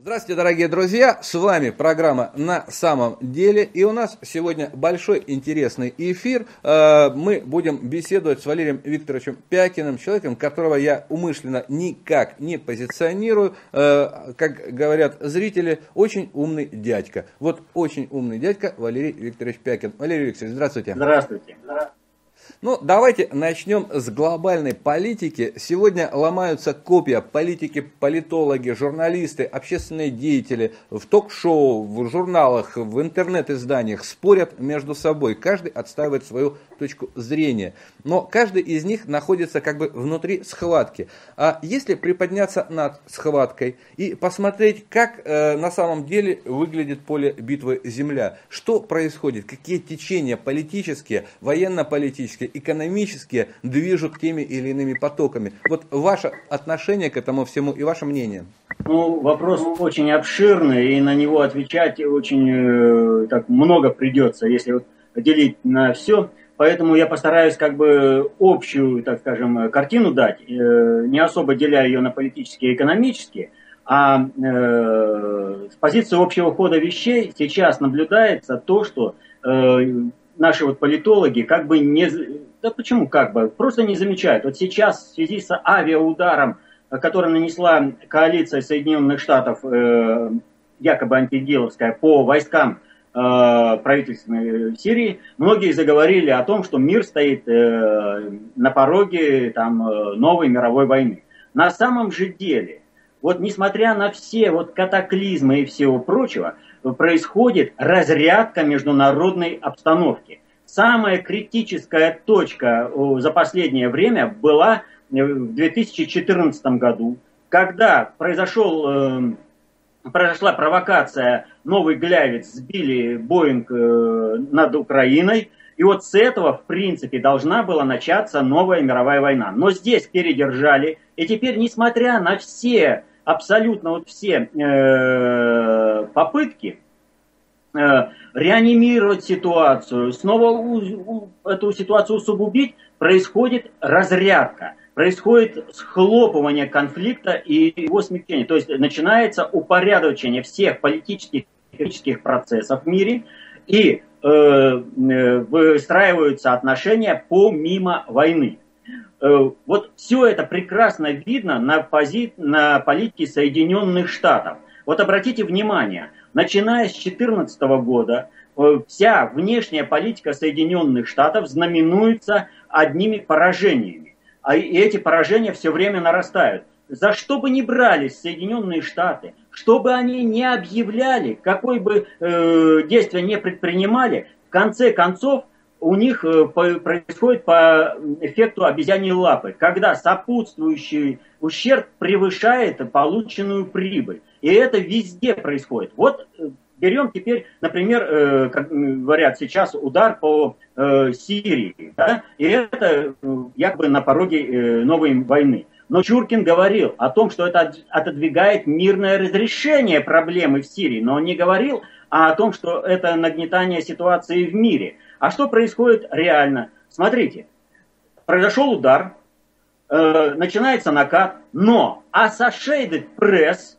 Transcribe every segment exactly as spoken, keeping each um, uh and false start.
Здравствуйте, дорогие друзья, с вами программа «На самом деле», и у нас сегодня большой интересный эфир. Мы будем беседовать с Валерием Викторовичем Пякиным, человеком, которого я умышленно никак не позиционирую. Как говорят зрители, очень умный дядька. Вот очень умный дядька Валерий Викторович Пякин. Валерий Викторович, здравствуйте. Здравствуйте. Ну, давайте начнем с глобальной политики. Сегодня ломаются копья политики, политологи, журналисты, общественные деятели в ток-шоу, в журналах, в интернет-изданиях спорят между собой. Каждый отстаивает свою точку зрения. Но каждый из них находится как бы внутри схватки. А если приподняться над схваткой и посмотреть, как э, на самом деле выглядит поле битвы Земля, что происходит, какие течения политические, военно-политические, экономические движут теми или иными потоками. Вот ваше отношение к этому всему и ваше мнение. Ну, вопрос очень обширный, и на него отвечать очень э, так много придется, если вот делить на все. Поэтому я постараюсь как бы общую, так скажем, картину дать, э, не особо деля ее на политические и экономические, а э, с позиции общего хода вещей сейчас наблюдается то, что э, наши вот политологи как бы не... Да почему как бы? Просто не замечают. Вот сейчас в связи с авиаударом, который нанесла коалиция Соединенных Штатов, э, якобы антигеловская, по войскам э, правительственной Сирии, многие заговорили о том, что мир стоит э, на пороге там, новой мировой войны. На самом же деле, вот несмотря на все вот катаклизмы и всего прочего, происходит разрядка международной обстановки. Самая критическая точка за последнее время была в две тысячи четырнадцатом году, когда произошел, произошла провокация, новый глявец, сбили Боинг над Украиной, и вот с этого, в принципе, должна была начаться новая мировая война. Но здесь передержали, и теперь, несмотря на все, абсолютно вот все э, попытки, реанимировать ситуацию, снова у, у, эту ситуацию усугубить, происходит разрядка, происходит схлопывание конфликта и его смягчение. То есть начинается упорядочение всех политических и экономических процессов в мире и э, выстраиваются отношения помимо войны. Э, вот все это прекрасно видно на, пози... на политике Соединенных Штатов. Вот обратите внимание, начиная с две тысячи четырнадцатого года вся внешняя политика Соединенных Штатов знаменуется одними поражениями. А эти поражения все время нарастают. За что бы ни брались Соединенные Штаты, что бы они ни объявляли, какое бы э, действие ни предпринимали, в конце концов у них э, по, происходит по эффекту обезьяньей лапы, когда сопутствующий ущерб превышает полученную прибыль. И это везде происходит. Вот берем теперь, например, э, как говорят сейчас, удар по э, Сирии. Да? И это э, якобы на пороге э, новой войны. Но Чуркин говорил о том, что это отодвигает мирное разрешение проблемы в Сирии. Но он не говорил о том, что это нагнетание ситуации в мире. А что происходит реально? Смотрите, произошел удар, э, начинается накат, но Associated Press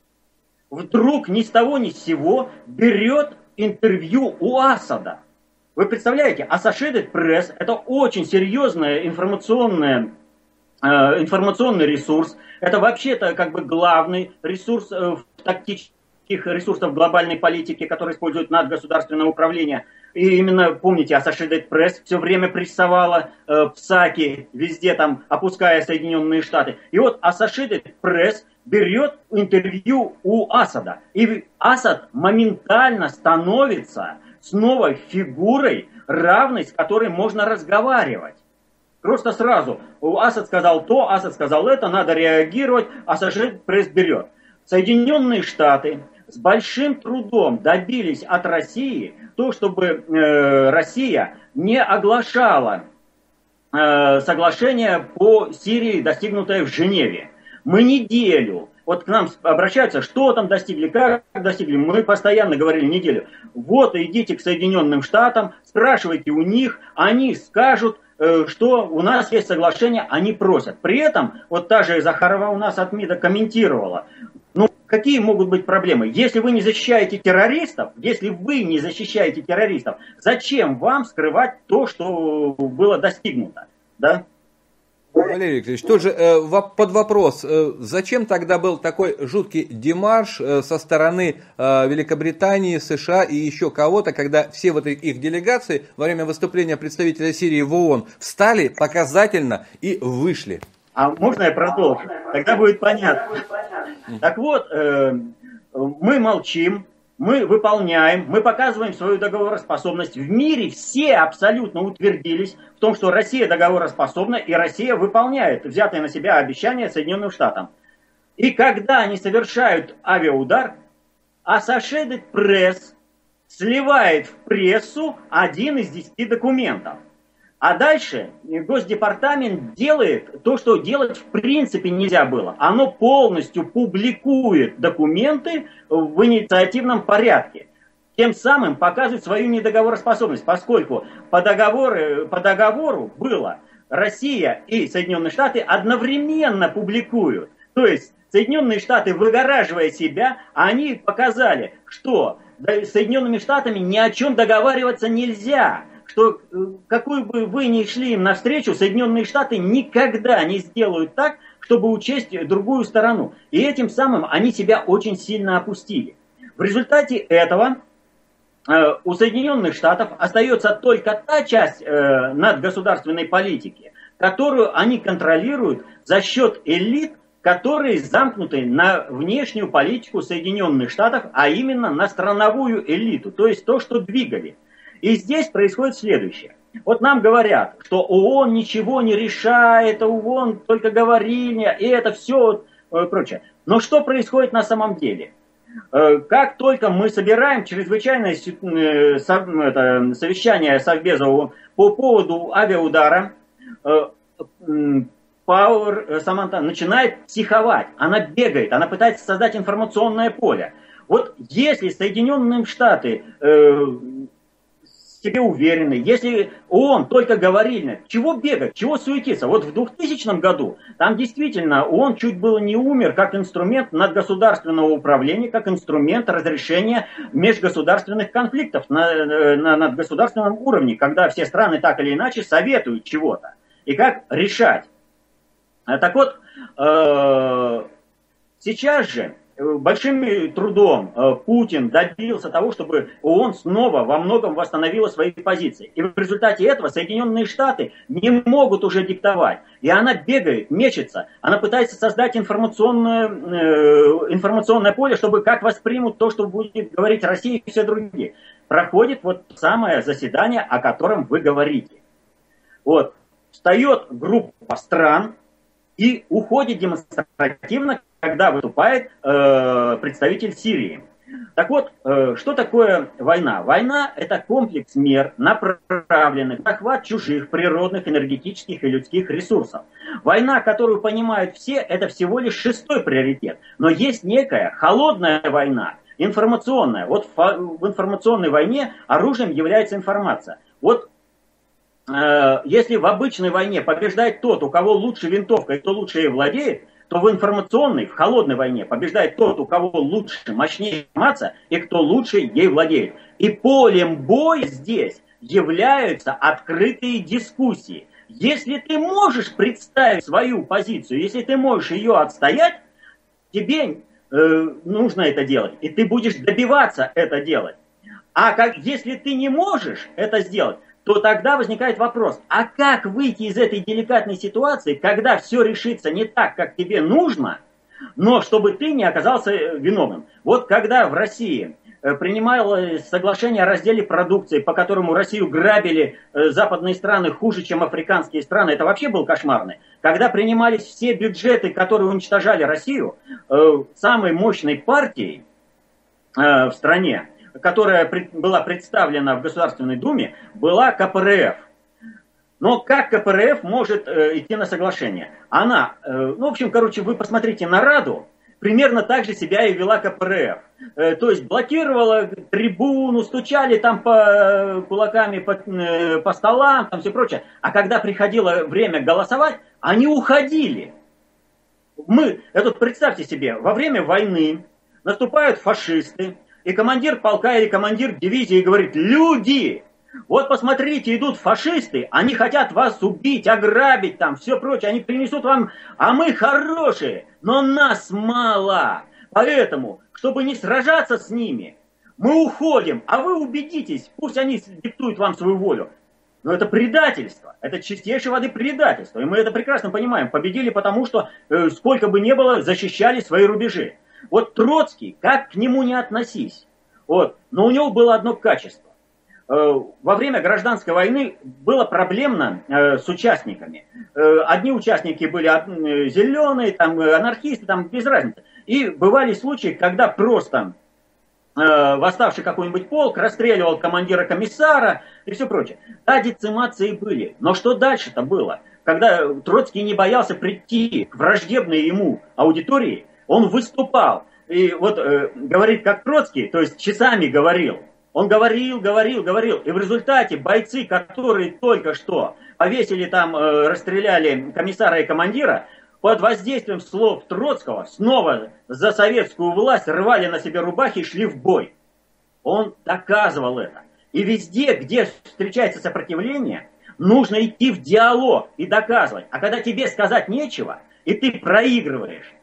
вдруг ни с того ни с сего берет интервью у Асада. Вы представляете, Associated Press — это очень серьезный информационный, э, информационный ресурс. Это вообще-то как бы главный ресурс э, в тактических ресурсах глобальной политики, который использует надгосударственное управление. И именно, помните, Associated Press все время прессовала э, псаки везде там, опуская Соединенные Штаты. И вот Associated Press берет интервью у Асада. И Асад моментально становится снова фигурой, равной, с которой можно разговаривать. Просто сразу. Асад сказал то, Асад сказал это, надо реагировать, Associated Press берет. Соединенные Штаты с большим трудом добились от России то, чтобы э, Россия не оглашала э, соглашение по Сирии, достигнутое в Женеве. Мы неделю, вот к нам обращаются, что там достигли, как достигли, мы постоянно говорили неделю. Вот идите к Соединенным Штатам, спрашивайте у них, они скажут, э, что у нас есть соглашение, они просят. При этом, вот та же Захарова у нас от МИДа комментировала, ну, какие могут быть проблемы? Если вы не защищаете террористов, если вы не защищаете террористов, зачем вам скрывать то, что было достигнуто? Да? Валерий Викторович, тоже э, под вопрос, э, зачем тогда был такой жуткий демарш э, со стороны э, Великобритании, США и еще кого-то, когда все вот их делегации во время выступления представителя Сирии в ООН встали показательно и вышли? А можно я продолжу? Тогда будет понятно. Так вот, э, мы молчим, мы выполняем, мы показываем свою договороспособность. В мире все абсолютно утвердились в том, что Россия договороспособна, и Россия выполняет взятые на себя обещания Соединенным Штатам. И когда они совершают авиаудар, Associated Press сливает в прессу один из десяти документов. А дальше Госдепартамент делает то, что делать в принципе нельзя было. Оно полностью публикует документы в инициативном порядке. Тем самым показывает свою недоговороспособность, поскольку по договору, по договору было Россия и Соединенные Штаты одновременно публикуют. То есть Соединенные Штаты, выгораживая себя, они показали, что с Соединенными Штатами ни о чем договариваться нельзя. Что какую бы вы ни шли им навстречу, Соединенные Штаты никогда не сделают так, чтобы учесть другую сторону. И этим самым они себя очень сильно опустили. В результате этого э, у Соединенных Штатов остается только та часть э, надгосударственной политики, которую они контролируют за счет элит, которые замкнуты на внешнюю политику Соединенных Штатов, а именно на страновую элиту, то есть то, что двигали. И здесь происходит следующее. Вот нам говорят, что ООН ничего не решает, ООН только говорили, и это все э, прочее. Но что происходит на самом деле? Э, как только мы собираем чрезвычайное э, со, это, совещание Совбеза ООН по поводу авиаудара, э, Пауэр Саманта начинает психовать, она бегает, она пытается создать информационное поле. Вот если Соединенные Штаты... Э, себе уверены, если ООН только говорильно, чего бегать, чего суетиться. Вот в двухтысячном году там действительно ООН чуть было не умер как инструмент надгосударственного управления, как инструмент разрешения межгосударственных конфликтов на, на надгосударственном уровне, когда все страны так или иначе советуют чего-то и как решать. Так вот, э, сейчас же большим трудом Путин добился того, чтобы ООН снова во многом восстановила свои позиции. И в результате этого Соединенные Штаты не могут уже диктовать. И она бегает, мечется. Она пытается создать информационное, э, информационное поле, чтобы как воспримут то, что будет говорить Россия и все другие. Проходит вот самое заседание, о котором вы говорите. Вот. Встает группа стран и уходит демонстративно, когда выступает э, представитель Сирии. Так вот, э, что такое война? Война – это комплекс мер, направленных на захват чужих природных, энергетических и людских ресурсов. Война, которую понимают все, это всего лишь шестой приоритет. Но есть некая холодная война, информационная. Вот в, в информационной войне оружием является информация. Вот э, если в обычной войне побеждает тот, у кого лучше винтовка и кто лучше ей владеет, то в информационной, в холодной войне побеждает тот, у кого лучше, мощнее информация, и кто лучше ей владеет. И полем боя здесь являются открытые дискуссии. Если ты можешь представить свою позицию, если ты можешь ее отстоять, тебе э, нужно это делать, и ты будешь добиваться это делать. А как, если ты не можешь это сделать, то тогда возникает вопрос, а как выйти из этой деликатной ситуации, когда все решится не так, как тебе нужно, но чтобы ты не оказался виновным. Вот когда в России принималось соглашение о разделе продукции, по которому Россию грабили западные страны хуже, чем африканские страны, это вообще был кошмарный. Когда принимались все бюджеты, которые уничтожали Россию, самой мощной партией в стране, которая была представлена в Государственной Думе, была ка пэ эр эф. Но как ка пэ эр эф может э, идти на соглашение? Она, э, ну, в общем, короче, вы посмотрите на Раду, примерно так же себя и вела ка пэ эр эф. Э, то есть блокировала трибуну, стучали там по кулаками по, э, по столам, там все прочее. А когда приходило время голосовать, они уходили. Мы, это представьте себе, во время войны Наступают фашисты, и командир полка или командир дивизии говорит: люди, вот посмотрите, идут фашисты, они хотят вас убить, ограбить, там, все прочее, они принесут вам, а мы хорошие, но нас мало. Поэтому, чтобы не сражаться с ними, мы уходим, а вы убедитесь, пусть они диктуют вам свою волю. Но это предательство, это чистейшей воды предательство, и мы это прекрасно понимаем. Победили потому, что э, сколько бы ни было, защищали свои рубежи. Вот Троцкий, как к нему не относись, вот, но у него было одно качество. Э, во время гражданской войны было проблемно э, с участниками. Э, одни участники были э, зеленые, там, анархисты, там, без разницы. И бывали случаи, когда просто восставший какой-нибудь полк расстреливал командира комиссара и все прочее. Да, децимации были. Но что дальше-то было? Когда Троцкий не боялся прийти к враждебной ему аудитории, он выступал. И вот э, говорит как Троцкий, то есть часами говорил. Он говорил, говорил, говорил. И в результате бойцы, которые только что повесили там, э, расстреляли комиссара и командира, под воздействием слов Троцкого снова за советскую власть рвали на себе рубахи и шли в бой. Он доказывал это. И везде, где встречается сопротивление, нужно идти в диалог и доказывать. А когда тебе сказать нечего, и ты проигрываешь,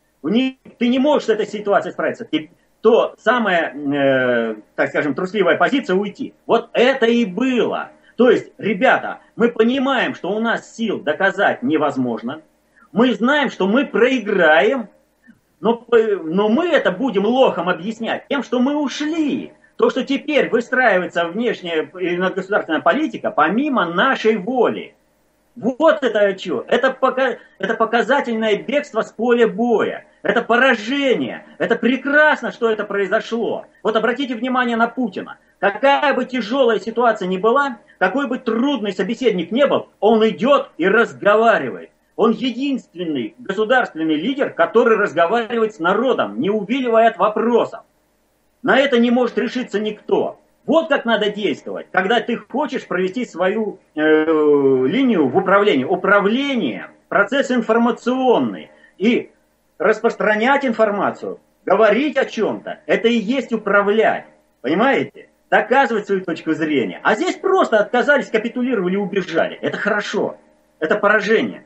ты не можешь с этой ситуацией справиться, то самая, э, так скажем, трусливая позиция — уйти. Вот это и было. То есть, ребята, мы понимаем, что у нас сил доказать невозможно. Мы знаем, что мы проиграем, но, но мы это будем лохом объяснять тем, что мы ушли. То, что теперь выстраивается внешняя и государственная политика помимо нашей воли. Вот это что? Это, пока, это показательное бегство с поля боя. Это поражение. Это прекрасно, что это произошло. Вот обратите внимание на Путина. Какая бы тяжелая ситуация ни была, какой бы трудный собеседник ни был, он идет и разговаривает. Он единственный государственный лидер, который разговаривает с народом, не увиливая от вопросов. На это не может решиться никто. Вот как надо действовать, когда ты хочешь провести свою э, линию в управлении. Управление, процесс информационный. И распространять информацию, говорить о чем-то, это и есть управлять. Понимаете? Доказывать свою точку зрения. А здесь просто отказались, капитулировали, убежали. Это хорошо. Это поражение.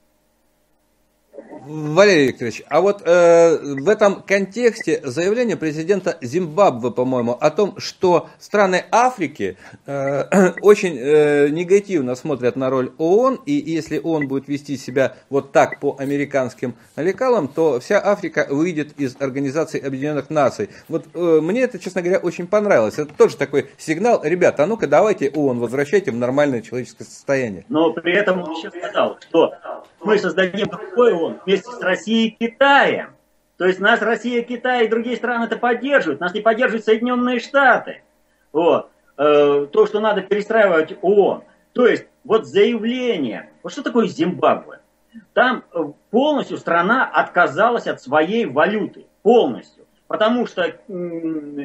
Валерий Викторович, а вот э, в этом контексте заявление президента Зимбабве, по-моему, о том, что страны Африки э, очень э, негативно смотрят на роль ООН, и если ООН будет вести себя вот так по американским лекалам, то вся Африка выйдет из Организации Объединенных Наций. Вот э, мне это, честно говоря, очень понравилось. Это тоже такой сигнал: ребята, а ну-ка давайте ООН возвращайте в нормальное человеческое состояние. Но при этом он еще сказал, что мы создадим такой ООН вместе с Россией и Китаем. То есть нас Россия, Китай и другие страны-то поддерживают. Нас не поддерживают Соединенные Штаты. Вот. Э, то, что надо перестраивать ООН. То есть вот заявление. Вот что такое Зимбабве? Там полностью страна отказалась от своей валюты. Полностью. Потому что м-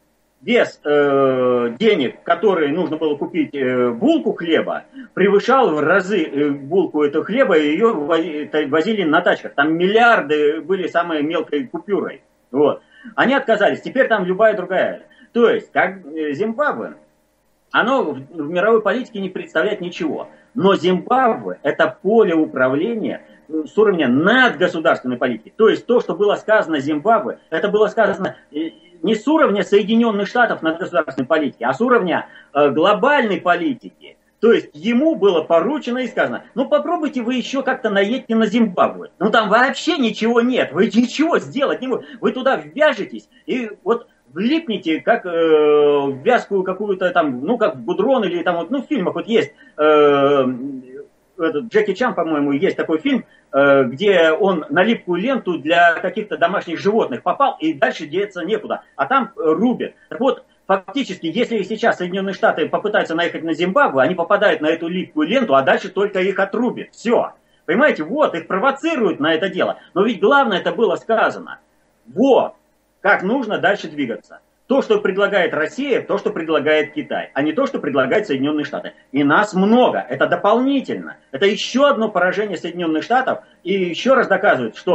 вес э, денег, которые нужно было купить э, булку хлеба, превышал в разы э, булку этого хлеба, и ее возили на тачках. Там миллиарды были самой мелкой купюрой. Вот. Они отказались. Теперь там любая другая. То есть, как Зимбабве, оно в, в мировой политике не представляет ничего. Но Зимбабве — это поле управления с уровня надгосударственной политики. То есть, то, что было сказано Зимбабве, это было сказано не с уровня Соединенных Штатов на государственной политике, а с уровня э, глобальной политики. То есть ему было поручено и сказано: ну попробуйте вы еще как-то наедьте на Зимбабве. Ну там вообще ничего нет, вы ничего сделать не можете. Вы туда ввяжетесь и вот влипнете как э, в вязкую какую-то там, ну как в гудрон или там вот, ну в фильмах вот есть, э, этот, Джеки Чан, по-моему, есть такой фильм, э, где он на липкую ленту для каких-то домашних животных попал, и дальше деться некуда, а там э, рубят. Так вот, фактически, если сейчас Соединенные Штаты попытаются наехать на Зимбабве, они попадают на эту липкую ленту, а дальше только их отрубят. Все. Понимаете, вот, их провоцируют на это дело. Но ведь главное это было сказано. Вот, как нужно дальше двигаться. То, что предлагает Россия, то, что предлагает Китай, а не то, что предлагают Соединенные Штаты. И нас много, это дополнительно. Это еще одно поражение Соединенных Штатов, и еще раз доказывает, что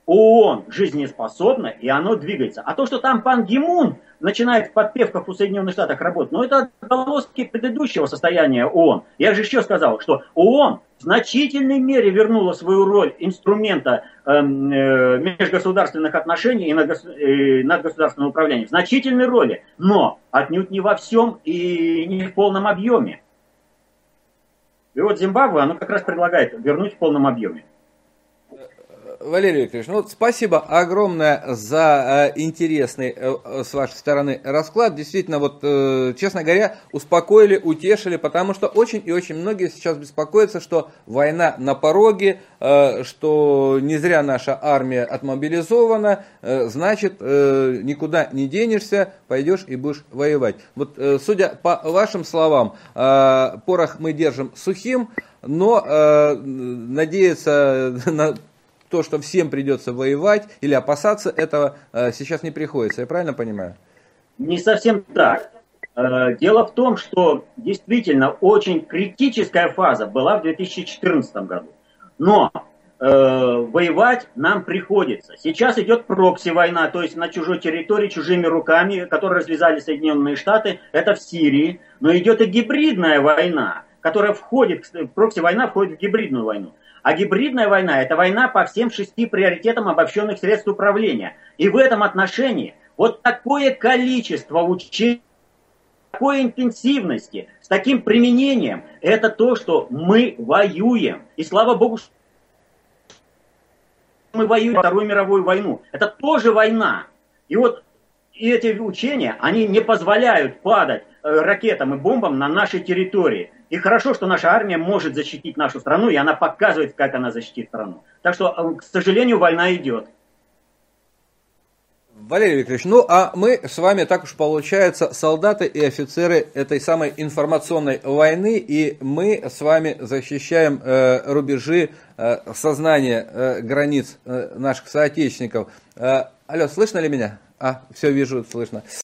ООН жизнеспособно, и оно двигается. А то, что там Пан Ги Мун начинает в подпевках у Соединенных Штатов работать, ну это отголоски предыдущего состояния ООН. Я же еще сказал, что ООН в значительной мере вернула свою роль инструмента э, э, межгосударственных отношений и надгосударственного управления. В значительной роли, но отнюдь не во всем и не в полном объеме. И вот Зимбабве, оно как раз предлагает вернуть в полном объеме. Валерий Викторович, ну, спасибо огромное за э, интересный э, с вашей стороны расклад. Действительно, вот, э, честно говоря, успокоили, утешили, потому что очень и очень многие сейчас беспокоятся, что война на пороге, э, что не зря наша армия отмобилизована, э, значит, э, никуда не денешься, пойдешь и будешь воевать. Вот, э, судя по вашим словам, э, порох мы держим сухим, но э, надеяться на то, что всем придется воевать или опасаться этого, сейчас не приходится. Я правильно понимаю? Не совсем так. Дело в том, что действительно очень критическая фаза была в две тысячи четырнадцатом году. Но э, воевать нам приходится. Сейчас идет прокси-война, то есть на чужой территории, чужими руками, которые развязали Соединенные Штаты. Это в Сирии. Но идет и гибридная война, которая входит, прокси-война входит в гибридную войну. А гибридная война – это война по всем шести приоритетам обобщенных средств управления. И в этом отношении вот такое количество учений, такой интенсивности, с таким применением – это то, что мы воюем. И слава богу, что мы воюем Вторую мировую войну. Это тоже война. И вот и эти учения, они не позволяют падать ракетам и бомбам на нашей территории. И хорошо, что наша армия может защитить нашу страну, и она показывает, как она защитит страну. Так что, к сожалению, война идет. Валерий Викторович, ну а мы с вами, так уж получается, солдаты и офицеры этой самой информационной войны, и мы с вами защищаем э, рубежи э, сознания э, границ э, наших соотечественников. Э, алло, слышно ли меня? А, все, вижу, слышно.